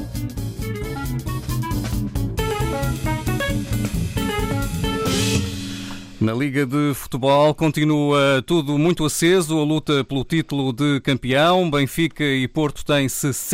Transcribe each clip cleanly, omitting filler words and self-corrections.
Na Liga de Futebol continua tudo muito aceso, a luta pelo título de campeão. Benfica e Porto têm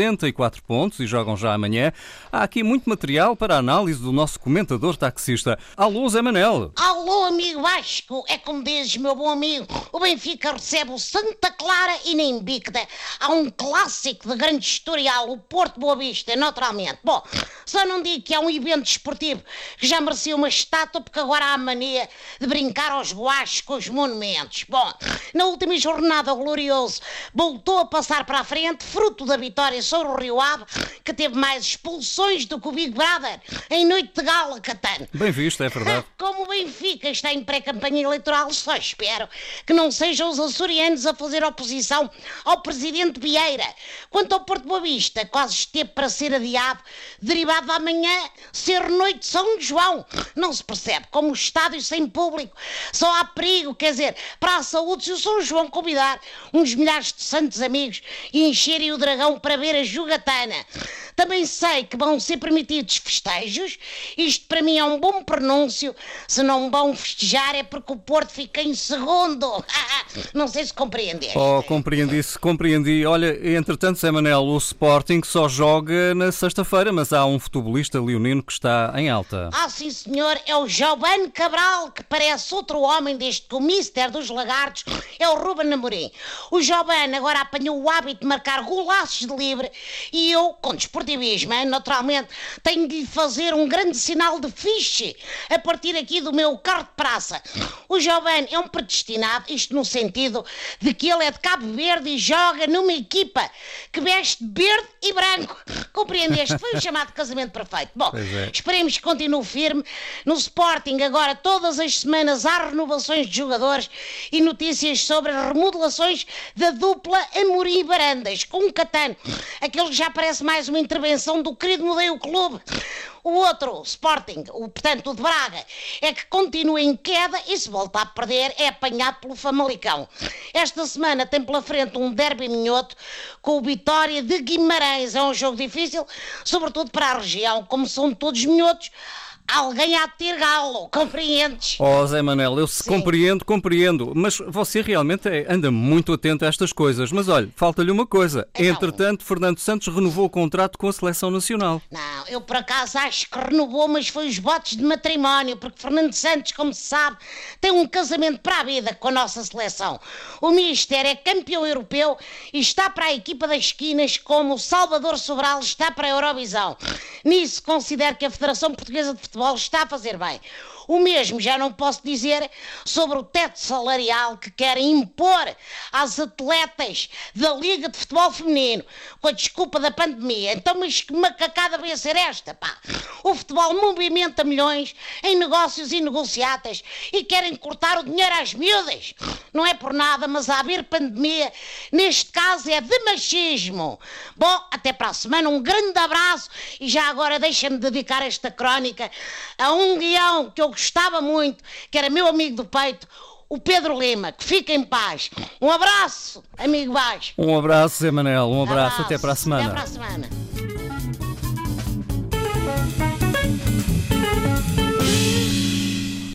64 pontos e jogam já amanhã. Há aqui muito material para a análise do nosso comentador taxista. Alô, Zé Manel. Alô, amigo Vasco. É como dizes, meu bom amigo, o Benfica recebe o Santa Clara e nem Bíqueda. Há um clássico de grande historial, o Porto Boa Vista, naturalmente. Bom, só não digo que é um evento desportivo que já merecia uma estátua, porque agora há a mania de brincar aos boachos com os monumentos. Bom, na última jornada o Glorioso voltou a passar para a frente, fruto da vitória sobre o Rio Ave, que teve mais expulsões do que o Big Brother em noite de gala, Catano. Bem visto, é verdade. Como o Benfica está em pré-campanha eleitoral, só espero que não sejam os açorianos a fazer oposição ao presidente Vieira. Quanto ao Porto Boa Vista, quase esteve para ser adiado, derivado amanhã ser noite de São João. Não se percebe como o estádio sem público só há perigo, quer dizer, para a saúde, se o São João convidar uns milhares de santos amigos e encherem o Dragão para ver a jogatana. Também sei que vão ser permitidos festejos. Isto para mim é um bom pronúncio. Se não vão festejar é porque o Porto fica em segundo. Não sei se compreendeste. Oh, compreendi. Olha, entretanto, Zé Manel, o Sporting só joga na sexta-feira, mas há um futebolista leonino que está em alta. Ah, sim senhor, é o Giovanni Cabral, que parece outro homem desde que o Mister dos Lagartos é o Ruben Amorim. O Giovanni agora apanhou o hábito de marcar golaços de livre e eu, com desportivismo, naturalmente, tenho de lhe fazer um grande sinal de fiche a partir aqui do meu carro de praça. O Giovanni é um predestinado, isto no sentido de que ele é de Cabo Verde e joga numa equipa que veste verde e branco. Compreendeste? Foi o chamado casamento perfeito. Bom, esperemos que continue firme. No Sporting agora todas as semanas há renovações de jogadores e notícias sobre as remodelações da dupla Amorim e Barandas, com um Catano. Aquele que já parece mais uma intervenção do querido Mudei o Clube. O outro, Sporting, portanto o de Braga, é que continua em queda e se volta a perder é apanhado pelo Famalicão. Esta semana tem pela frente um derby minhoto com o Vitória de Guimarães. É um jogo difícil, sobretudo para a região, como são todos minhotos. Alguém há de ter galo, compreendes? Oh, Zé Manel, eu compreendo, mas você realmente anda muito atento a estas coisas. Mas olha, falta-lhe uma coisa. Então, entretanto, Fernando Santos renovou o contrato com a Seleção Nacional. Não, eu por acaso acho que renovou, mas foi os votos de matrimónio, porque Fernando Santos, como se sabe, tem um casamento para a vida com a nossa seleção. O Mister é campeão europeu e está para a equipa das esquinas, como o Salvador Sobral está para a Eurovisão. Nisso considero que a Federação Portuguesa de Futebol está a fazer bem. O mesmo já não posso dizer sobre o teto salarial que querem impor às atletas da Liga de Futebol Feminino, com a desculpa da pandemia. Então, mas que macacada vai ser esta, pá? O futebol movimenta milhões em negócios e negociatas e querem cortar o dinheiro às miúdas. Não é por nada, mas a haver pandemia, neste caso, é de machismo. Bom, até para a semana, um grande abraço e já agora deixa-me dedicar esta crónica a um guião que eu gostava muito, que era meu amigo do peito, o Pedro Lima. Que fique em paz. Um abraço, amigo Vasco. Um abraço, Zé Manel. Um abraço. Até para a semana. Até para a semana.